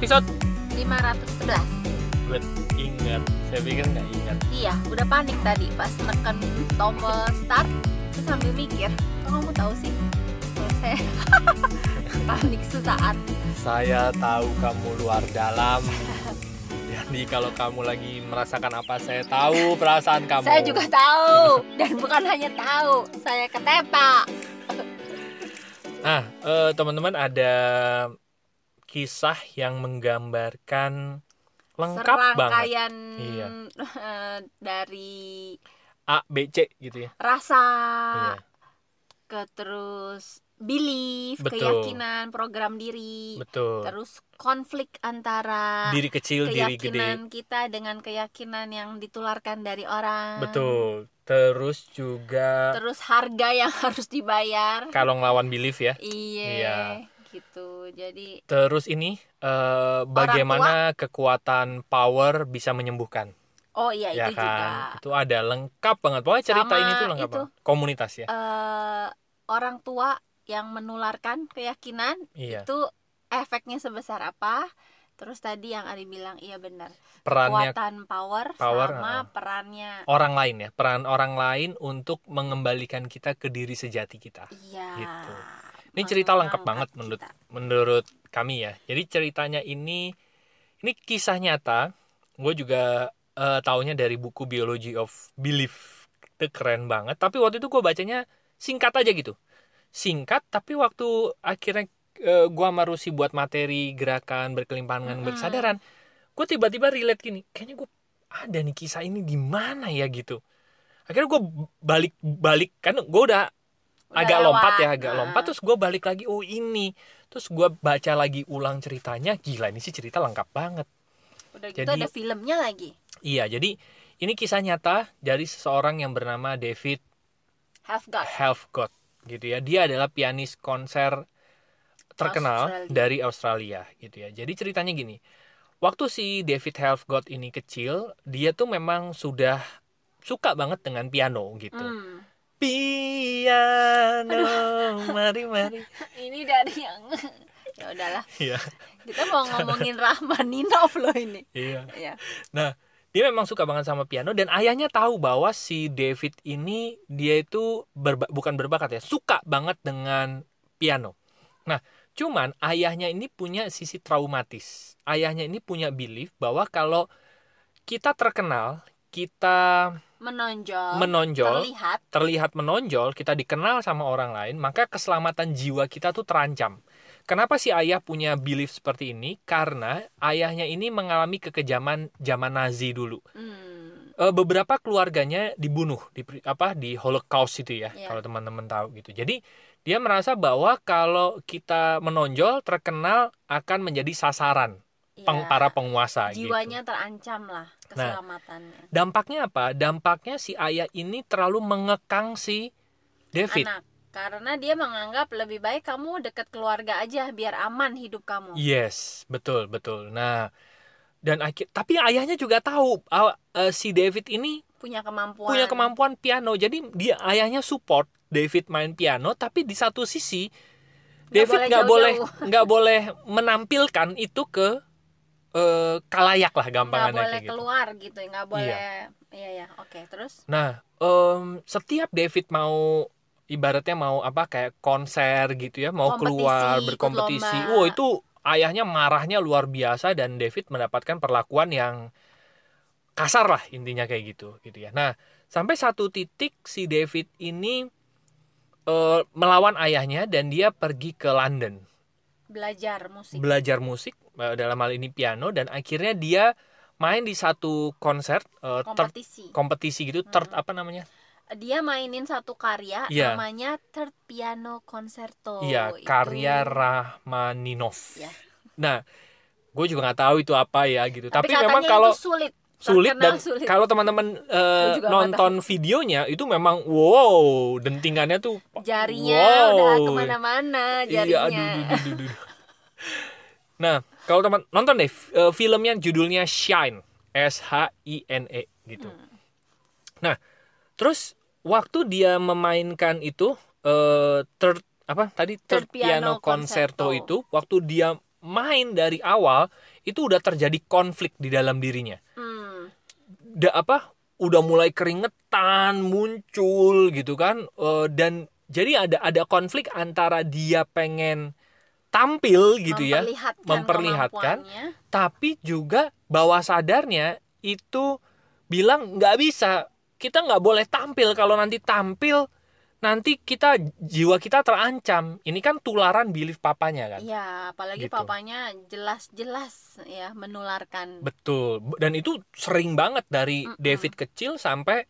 episode 511. gue ingat, saya pikir nggak ingat. Iya, udah panik tadi pas neken tombol start. Terus sambil mikir, kok kamu tahu sih kalau saya panik sesaat. Saya tahu kamu luar dalam. Jadi kalau kamu lagi merasakan apa, saya tahu perasaan kamu. Saya juga tahu, dan bukan hanya tahu, saya ketepak. Nah, teman-teman, ada kisah yang menggambarkan lengkap banget. Serangkaian Iya. dari A, B, C gitu ya. rasa, Iya. terus belief, Betul. keyakinan, program diri, Betul. terus konflik antara Diri kecil, diri gede. keyakinan kita dengan keyakinan yang ditularkan dari orang. Betul. Terus juga Terus harga yang harus dibayar. kalau ngelawan belief ya. Iya. Iya. Gitu. Jadi Terus ini bagaimana kekuatan power bisa menyembuhkan. oh iya Ya itu kan? juga. Itu ada lengkap banget. Pokoknya cerita Sama ini tuh lengkap itu. banget. Komunitas ya. Orang tua yang menularkan keyakinan Iya. itu efeknya sebesar apa? Terus tadi yang Ari bilang iya benar. Perannya Kekuatan power sama perannya orang lain ya. Peran orang lain untuk mengembalikan kita ke diri sejati kita. iya. Gitu. Ini cerita lengkap banget mengangkat kita. menurut kami ya. Jadi ceritanya ini kisah nyata. Gue juga taunya dari buku Biology of Belief. Itu keren banget. Tapi waktu itu gue bacanya singkat aja gitu. Singkat, tapi waktu akhirnya gue sama Rusi buat materi gerakan berkelimpahan bersadaran, gue tiba-tiba relate gini. Kayaknya gue ada nih kisah ini di mana ya gitu. Akhirnya gue balik kan gue udah agak lompat terus gue balik lagi, oh ini, terus gue baca lagi ulang ceritanya. Gila, ini sih cerita lengkap banget. Udah gitu Jadi ada filmnya lagi. iya, jadi ini kisah nyata dari seseorang yang bernama David Helfgott gitu ya. Dia adalah pianis konser terkenal dari Australia gitu ya. Jadi ceritanya gini, waktu si David Helfgott ini kecil, dia tuh memang sudah suka banget dengan piano gitu. Piano, mari. Ini dari yang ya udahlah. Iya. Kita mau ngomongin Rachmaninov loh ini. Iya. Iya. Nah, dia memang suka banget sama piano dan ayahnya tahu bahwa si David ini dia itu bukan berbakat ya, suka banget dengan piano. Nah, cuman ayahnya ini punya sisi traumatis. Ayahnya ini punya belief bahwa kalau kita terkenal, kita menonjol, terlihat menonjol, kita dikenal sama orang lain, maka keselamatan jiwa kita tuh terancam. Kenapa si ayah punya belief seperti ini? Karena ayahnya ini mengalami kekejaman zaman Nazi dulu. Beberapa keluarganya dibunuh di Holocaust itu ya, kalau teman-teman tahu gitu. Jadi dia merasa bahwa kalau kita menonjol, terkenal, akan menjadi sasaran para penguasa. Jiwanya gitu. terancam lah keselamatannya. Nah, dampaknya apa? Dampaknya si ayah ini terlalu mengekang si David. Anak. Karena dia menganggap lebih baik kamu dekat keluarga aja biar aman hidup kamu. Yes, betul. Nah, tapi ayahnya juga tahu si David ini punya kemampuan piano. Jadi ayahnya support David main piano, tapi di satu sisi David nggak boleh menampilkan itu ke kalayak lah gampangannya, nggak boleh kayak keluar gitu, nggak boleh. Iya. Oke, terus. Nah, setiap David mau ibaratnya mau kayak konser gitu ya, mau keluar berkompetisi. Wow, itu ayahnya marahnya luar biasa dan David mendapatkan perlakuan yang kasar lah intinya kayak gitu ya. Nah, sampai satu titik si David ini melawan ayahnya dan dia pergi ke London. Belajar musik dalam hal ini piano, dan akhirnya dia main di satu konser kompetisi gitu, apa namanya? Dia mainin satu karya namanya Third Piano Concerto. Iya, karya Rachmaninov. Ya. Nah, gue juga nggak tahu itu apa ya gitu. Tapi memang kalau sulit dan kalau teman-teman nonton videonya itu memang wow, dentingannya tuh jarinya udah kemana-mana jarinya. Iya, aduh. Nah, kalau teman nonton deh filmnya, judulnya Shine, Shine gitu. Nah, terus waktu dia memainkan itu third piano concerto itu, waktu dia main dari awal itu udah terjadi konflik di dalam dirinya. Hmm. Udah mulai keringetan muncul gitu kan. Dan jadi ada konflik antara dia pengen tampil gitu ya, memperlihatkan, tapi juga bawah sadarnya itu bilang nggak bisa, kita nggak boleh tampil, kalau nanti tampil nanti jiwa kita terancam. Ini kan tularan belief papanya kan. Iya, apalagi gitu. Papanya jelas-jelas ya menularkan. Betul, dan itu sering banget dari David kecil sampai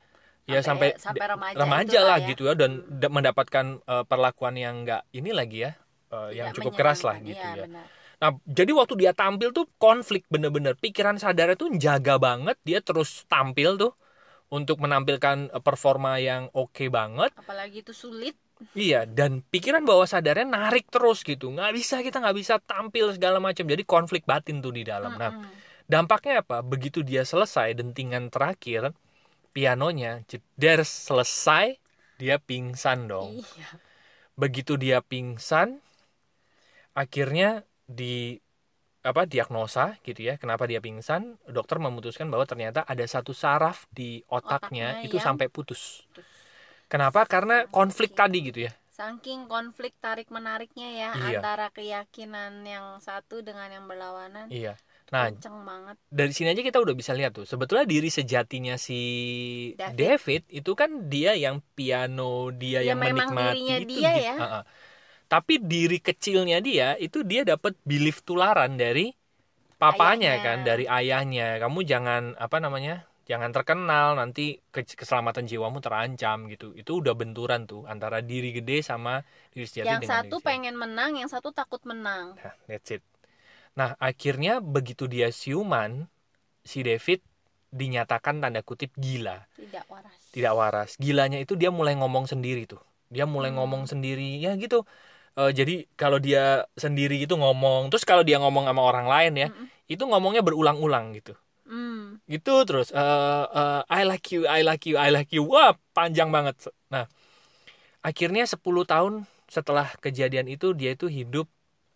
remaja lah ya. Gitu ya, dan mendapatkan perlakuan yang nggak ini lagi ya. Yang cukup keras lah gitu ya. Benar. Nah, jadi waktu dia tampil tuh konflik bener-bener. Pikiran sadarnya tuh jaga banget, dia terus tampil tuh untuk menampilkan performa yang oke banget. Apalagi itu sulit. Iya, dan pikiran bawah sadarnya narik terus gitu. Kita nggak bisa tampil segala macam. Jadi konflik batin tuh di dalam. Nah, dampaknya apa? Begitu dia selesai dentingan terakhir, pianonya jeder selesai, dia pingsan dong. Iya. Begitu dia pingsan, akhirnya diagnosa gitu ya, kenapa dia pingsan. Dokter memutuskan bahwa ternyata ada satu saraf di otaknya itu sampai putus. Kenapa? Karena konflik tadi gitu ya. Saking konflik tarik menariknya ya, antara keyakinan yang satu dengan yang berlawanan. Iya. Nah, kenceng banget. Dari sini aja kita udah bisa lihat tuh, sebetulnya diri sejatinya si David itu kan dia yang piano, dia yang menikmati itu dia ya. Tapi diri kecilnya dia itu dia dapat belief tularan dari papanya kan, dari ayahnya. Kamu jangan jangan terkenal, nanti keselamatan jiwamu terancam gitu. Itu udah benturan tuh antara diri gede sama diri sejati. Yang satu pengen menang, yang satu takut menang. Nah, that's it. Nah, akhirnya begitu dia siuman, si David dinyatakan tanda kutip gila. Tidak waras. Gilanya itu dia mulai ngomong sendiri tuh. Dia mulai ngomong sendiri ya gitu. Jadi kalau dia sendiri gitu ngomong, terus kalau dia ngomong sama orang lain ya, itu ngomongnya berulang-ulang gitu. Gitu terus I like you, I like you, I like you. Wah, panjang banget. Nah, akhirnya 10 tahun setelah kejadian itu dia itu hidup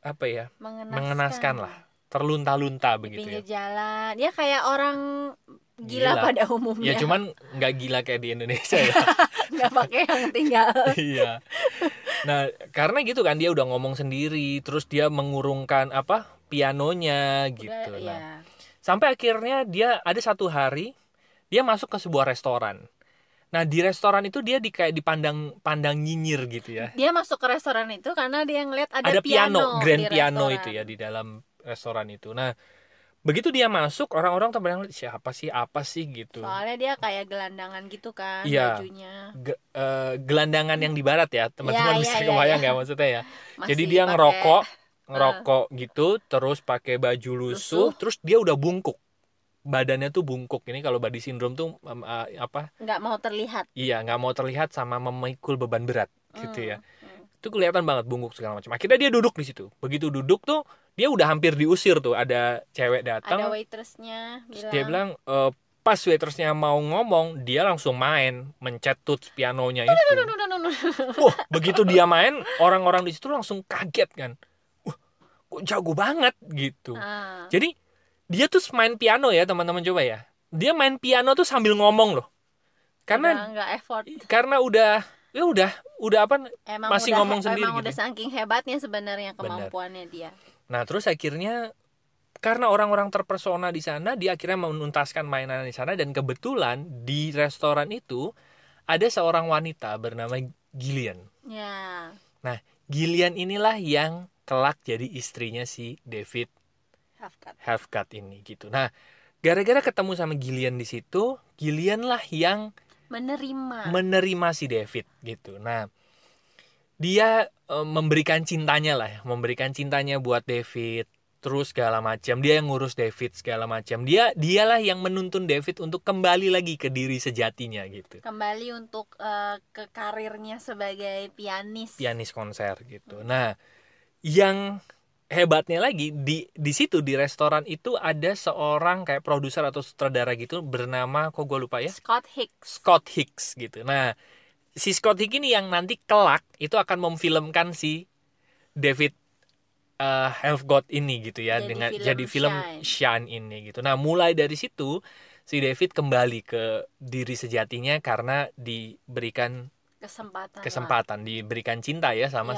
mengenaskan lah, terlunta-lunta begitu pinggir jalan. Ya kayak orang gila pada umumnya. Ya cuman nggak gila kayak di Indonesia ya. Nggak pakai yang tinggal. Iya. Nah, karena gitu kan dia udah ngomong sendiri, terus dia mengurungkan pianonya gitu. Nah, sampai akhirnya dia ada satu hari dia masuk ke sebuah restoran. Nah, di restoran itu dia kayak dipandang nyinyir gitu ya. Dia masuk ke restoran itu karena dia ngeliat ada piano, grand piano itu ya di dalam restoran itu. Nah, begitu dia masuk, orang-orang tuh bilang siapa sih, apa sih gitu. Soalnya dia kayak gelandangan gitu kan, bajunya. Gelandangan yang di barat ya, teman-teman bisa kebayang ya maksudnya ya. Jadi dia ngerokok gitu, terus pakai baju lusuh, terus dia udah bungkuk. Badannya tuh bungkuk. Ini kalau body syndrome tuh nggak mau terlihat. Iya, nggak mau terlihat sama memikul beban berat gitu ya. Itu kelihatan banget bungkuk segala macam. Akhirnya dia duduk di situ. Begitu duduk tuh dia udah hampir diusir tuh. Ada cewek datang. Ada waitersnya bilang. Dia bilang pas waitersnya mau ngomong, dia langsung mencet touch pianonya itu. Wah, begitu dia main, orang-orang di situ langsung kaget kan. Wah, kok jago banget gitu. Jadi dia tuh main piano ya teman-teman, coba ya. Dia main piano tuh sambil ngomong loh. Karena nggak effort. Karena udah masih ngomong sendiri. Emang gitu. Udah saking hebatnya sebenarnya kemampuannya dia. Nah, terus akhirnya karena orang-orang terpesona di sana, dia akhirnya menuntaskan mainan di sana, dan kebetulan di restoran itu ada seorang wanita bernama Gillian. Ya. Nah, Gillian inilah yang kelak jadi istrinya si David Helfgott ini gitu. Nah, gara-gara ketemu sama Gillian di situ, Gillian lah yang menerima si David gitu. Nah, dia memberikan cintanya buat David, terus segala macam. Dia yang ngurus David segala macam. Dialah yang menuntun David untuk kembali lagi ke diri sejatinya gitu. Kembali untuk ke karirnya sebagai pianis konser gitu. Nah, yang hebatnya lagi di situ di restoran itu ada seorang kayak produser atau sutradara gitu bernama gue lupa ya. Scott Hicks gitu. Nah, si Scott Hicks ini yang nanti kelak itu akan memfilmkan si David Half God ini gitu ya, jadi film Shine ini gitu. Nah, mulai dari situ si David kembali ke diri sejatinya karena diberikan kesempatan, diberikan cinta ya sama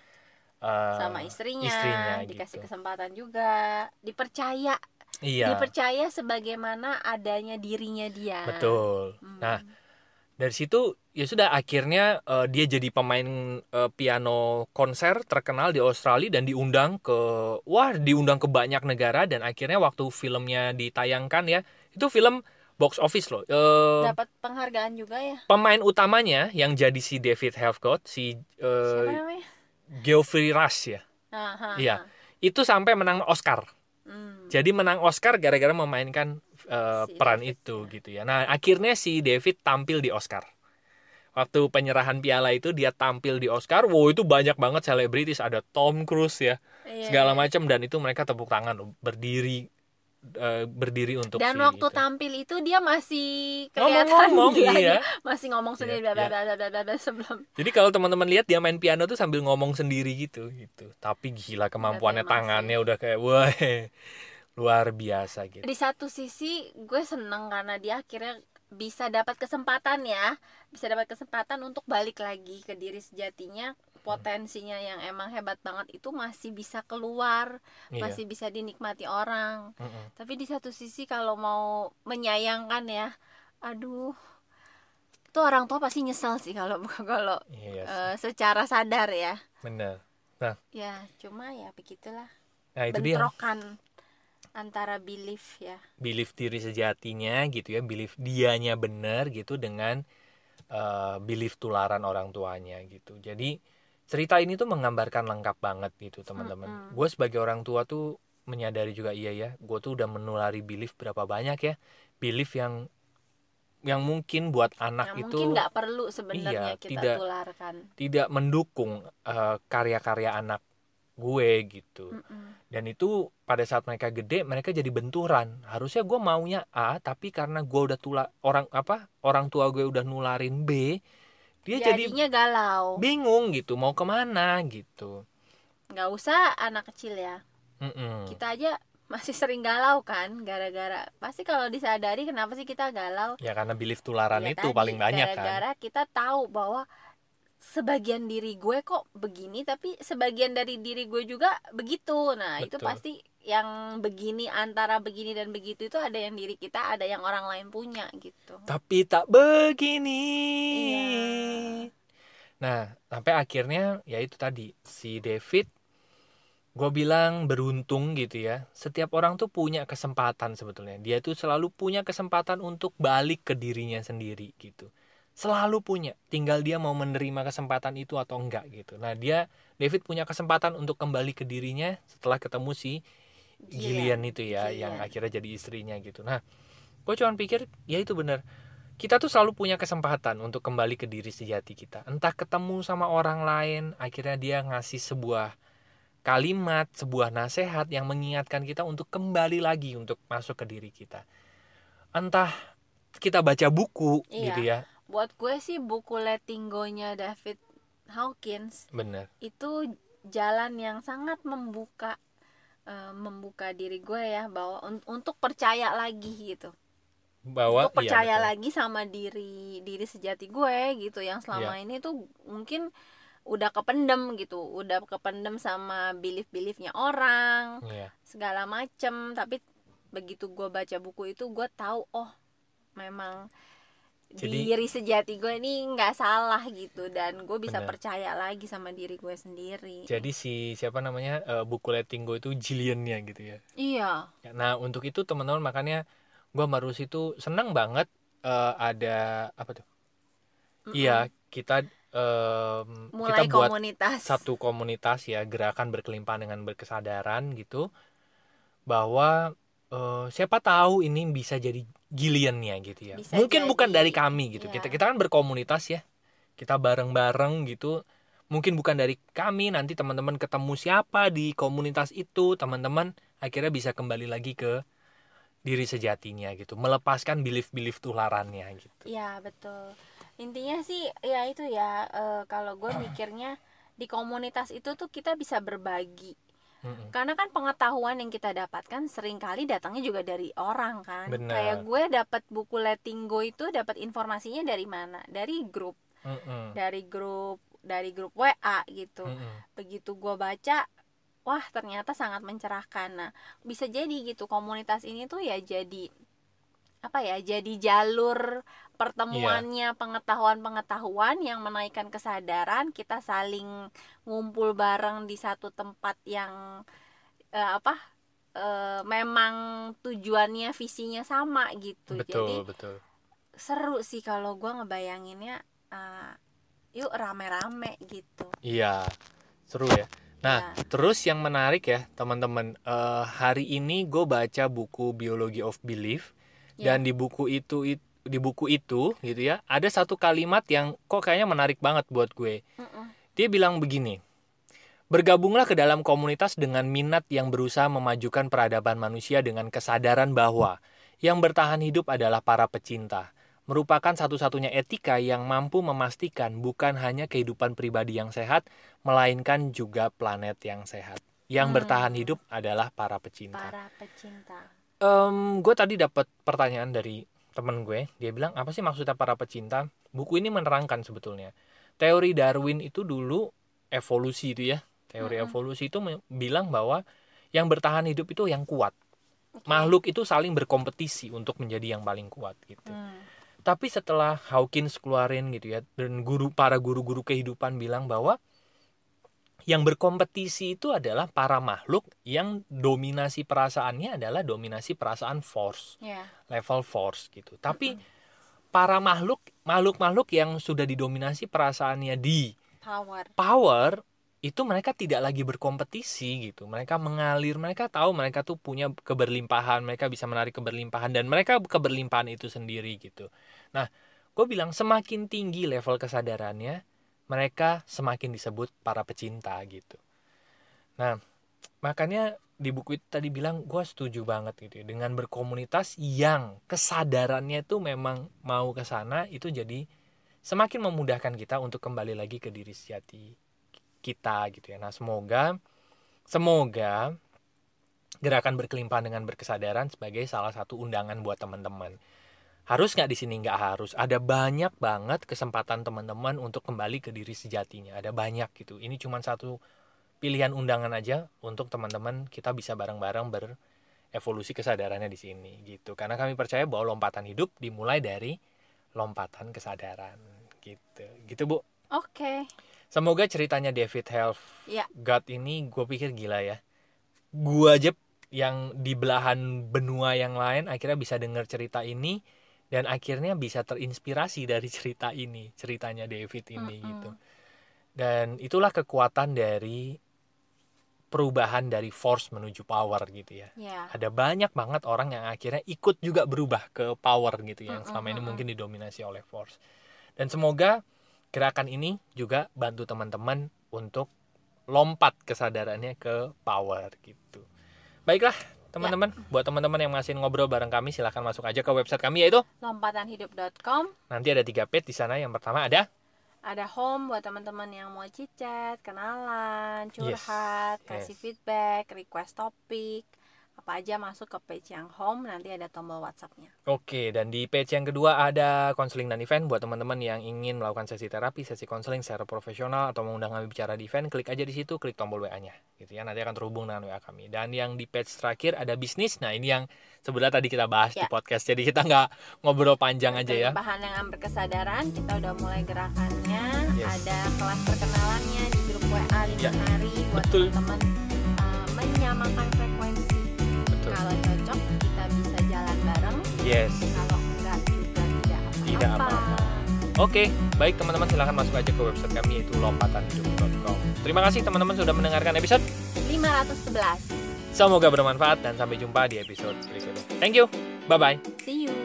sama istrinya dikasih gitu. Kesempatan juga, dipercaya sebagaimana adanya dirinya dia. Betul. Nah, dari situ ya sudah akhirnya dia jadi pemain piano konser terkenal di Australia dan diundang ke banyak negara, dan akhirnya waktu filmnya ditayangkan ya, itu film box office loh. Dapat penghargaan juga ya. Pemain utamanya yang jadi si David Helfgott, siapa namanya? Geoffrey Rush ya. Iya. Itu sampai menang Oscar. Jadi menang Oscar gara-gara memainkan peran David, itu gitu ya. Nah, akhirnya si David tampil di Oscar. Waktu penyerahan piala itu dia tampil di Oscar. Wow, itu banyak banget selebritis, ada Tom Cruise ya. Segala macam, dan itu mereka tepuk tangan berdiri untuk dan waktu tampil itu dia masih kelihatan masih ngomong sendiri sebelum. Jadi kalau teman-teman lihat dia main piano tuh sambil ngomong sendiri gitu. Tapi gila kemampuannya, tangannya udah kayak wah, luar biasa gitu. Di satu sisi gue seneng karena dia akhirnya bisa dapat kesempatan untuk balik lagi ke diri sejatinya. Potensinya yang emang hebat banget itu masih bisa keluar, masih bisa dinikmati orang. Tapi di satu sisi kalau mau menyayangkan ya, aduh, itu orang tua pasti nyesel sih kalau secara sadar ya. Benar. Nah, ya cuma ya begitulah. Nah, itu bentrokan antara belief diri sejatinya gitu ya, belief dianya benar gitu dengan belief tularan orang tuanya gitu. Jadi cerita ini tuh menggambarkan lengkap banget gitu teman-teman. Gue sebagai orang tua tuh menyadari juga gue tuh udah menulari belief berapa banyak ya, belief yang mungkin buat anak itu mungkin nggak perlu sebenarnya kita tularkan, tidak mendukung karya-karya anak gue gitu. Dan itu pada saat mereka gede mereka jadi benturan. Harusnya gue maunya A, tapi karena gue udah orang tua gue udah nularin B, dia jadinya galau, bingung gitu mau kemana gitu. Nggak usah anak kecil ya, kita aja masih sering galau kan, gara-gara pasti kalau disadari kenapa sih kita galau ya, karena belief tularan itu paling banyak gara-gara kita tahu bahwa sebagian diri gue kok begini, tapi sebagian dari diri gue juga begitu. Nah, betul. Itu pasti yang begini, antara begini dan begitu itu ada yang diri kita, ada yang orang lain punya gitu. Tapi tak begini. Iya. Nah, sampai akhirnya ya itu tadi si David, gue bilang beruntung gitu ya. Setiap orang tuh punya kesempatan sebetulnya. Dia tuh selalu punya kesempatan untuk balik ke dirinya sendiri gitu. Selalu punya, tinggal dia mau menerima kesempatan itu atau enggak gitu. Nah, David punya kesempatan untuk kembali ke dirinya setelah ketemu si Gillian itu ya, yang akhirnya jadi istrinya gitu. Nah, gue cuma pikir ya itu benar. Kita tuh selalu punya kesempatan untuk kembali ke diri sejati kita. Entah ketemu sama orang lain, akhirnya dia ngasih sebuah kalimat, sebuah nasihat yang mengingatkan kita untuk kembali lagi untuk masuk ke diri kita. Entah kita baca buku gitu ya. Buat gue sih buku Letting Go-nya David Hawkins, bener, itu jalan yang sangat membuka diri gue ya, bahwa untuk percaya lagi gitu, untuk percaya lagi sama diri sejati gue gitu, yang selama ini tuh mungkin udah kependem gitu, udah kependem sama belief-beliefnya orang, segala macem. Tapi begitu gue baca buku itu, gue tahu memang diri sejati gue ini nggak salah gitu, dan gue bisa percaya lagi sama diri gue sendiri. Jadi siapa namanya buku Letting Go itu Gillian-nya gitu ya. Iya. Nah, untuk itu teman-teman, makanya gue baru situ senang banget ada apa tuh? Iya, kita mulai kita buat komunitas. Satu komunitas ya, gerakan berkelimpahan dengan berkesadaran gitu, bahwa siapa tahu ini bisa jadi Gillian-nya gitu ya. Bisa mungkin jadi. Bukan dari kami gitu. Kita kan berkomunitas ya. Kita bareng-bareng gitu. Mungkin bukan dari kami, nanti teman-teman ketemu siapa di komunitas itu, teman-teman akhirnya bisa kembali lagi ke diri sejatinya gitu. Melepaskan belief-belief tularannya gitu. Iya, betul. Intinya sih ya itu ya, kalau gue mikirnya di komunitas itu tuh kita bisa berbagi Karena kan pengetahuan yang kita dapatkan seringkali datangnya juga dari orang kan. Bener. Kayak gue dapat buku Letting Go itu dapat informasinya dari mana? Dari grup. Dari grup WA gitu. Begitu gue baca, wah ternyata sangat mencerahkan. Nah, bisa jadi gitu komunitas ini tuh ya jadi jadi jalur pertemuannya pengetahuan yang menaikkan kesadaran, kita saling ngumpul bareng di satu tempat yang memang tujuannya visinya sama gitu. Jadi seru sih kalau gue ngebayanginnya, yuk rame-rame gitu. Iya, seru ya. Nah, terus yang menarik ya teman-teman, hari ini gue baca buku Biology of Belief. Dan di buku itu gitu ya, ada satu kalimat yang kok kayaknya menarik banget buat gue. Dia bilang begini, bergabunglah ke dalam komunitas dengan minat yang berusaha memajukan peradaban manusia dengan kesadaran bahwa yang bertahan hidup adalah para pecinta, merupakan satu-satunya etika yang mampu memastikan bukan hanya kehidupan pribadi yang sehat, melainkan juga planet yang sehat. Yang bertahan hidup adalah para pecinta. Gue tadi dapat pertanyaan dari temen gue, dia bilang apa sih maksudnya para pecinta? Buku ini menerangkan sebetulnya teori Darwin itu dulu evolusi itu ya, teori evolusi itu bilang bahwa yang bertahan hidup itu yang kuat. Makhluk itu saling berkompetisi untuk menjadi yang paling kuat gitu. Tapi setelah Hawkins keluarin gitu ya, dan para guru-guru kehidupan bilang bahwa yang berkompetisi itu adalah para makhluk yang dominasi perasaannya adalah dominasi perasaan force, level force gitu. Tapi para makhluk yang sudah didominasi perasaannya di power itu mereka tidak lagi berkompetisi gitu. Mereka mengalir, mereka tahu mereka tuh punya keberlimpahan, mereka bisa menarik keberlimpahan dan mereka keberlimpahan itu sendiri gitu. Nah, gue bilang semakin tinggi level kesadarannya, mereka semakin disebut para pecinta gitu. Nah, makanya di buku itu tadi bilang gue setuju banget gitu ya, dengan berkomunitas yang kesadarannya itu memang mau ke sana, itu jadi semakin memudahkan kita untuk kembali lagi ke diri sejati kita gitu ya. Nah, semoga gerakan berkelimpahan dengan berkesadaran sebagai salah satu undangan buat teman-teman. Harus nggak di sini? Nggak harus. Ada banyak banget kesempatan teman-teman untuk kembali ke diri sejatinya. Ada banyak gitu. Ini cuma satu pilihan undangan aja untuk teman-teman kita bisa bareng-bareng berevolusi kesadarannya di sini gitu. Karena kami percaya bahwa lompatan hidup dimulai dari lompatan kesadaran gitu. Gitu, Bu. Oke. Semoga ceritanya David Helfgott ini gue pikir gila ya. Gue aja yang di belahan benua yang lain akhirnya bisa dengar cerita ini. Dan akhirnya bisa terinspirasi dari ceritanya David ini gitu. Dan itulah kekuatan dari perubahan dari force menuju power gitu ya. Ada banyak banget orang yang akhirnya ikut juga berubah ke power gitu ya, yang selama ini mungkin didominasi oleh force. Dan semoga gerakan ini juga bantu teman-teman untuk lompat kesadarannya ke power gitu. Baiklah teman-teman, buat teman-teman yang masih ngobrol bareng kami, silahkan masuk aja ke website kami yaitu lompatanhidup.com. Nanti ada 3 page di sana. Yang pertama ada home buat teman-teman yang mau chit-chat, kenalan, curhat, kasih feedback, request topik, apa aja masuk ke page yang home, nanti ada tombol WhatsApp-nya. Oke, dan di page yang kedua ada konseling dan event buat teman-teman yang ingin melakukan sesi terapi, sesi konseling secara profesional atau mengundang kami bicara di event, klik aja di situ, klik tombol WA-nya gitu ya, nanti akan terhubung dengan WA kami. Dan yang di page terakhir ada bisnis. Nah, ini yang sebenarnya tadi kita bahas di podcast, jadi kita nggak ngobrol panjang aja ya. Bahan yang berkesadaran, kita udah mulai gerakannya, ada kelas perkenalannya di grup WA 5 hari buat teman-teman menyamakan frekuensi. Kalau cocok kita bisa jalan bareng. Kalau enggak juga tidak apa-apa. Oke, baik teman-teman, silahkan masuk aja ke website kami yaitu lompatanhidup.com. Terima kasih teman-teman sudah mendengarkan episode 511. Semoga bermanfaat dan sampai jumpa di episode berikutnya. Thank you. Bye bye. See you.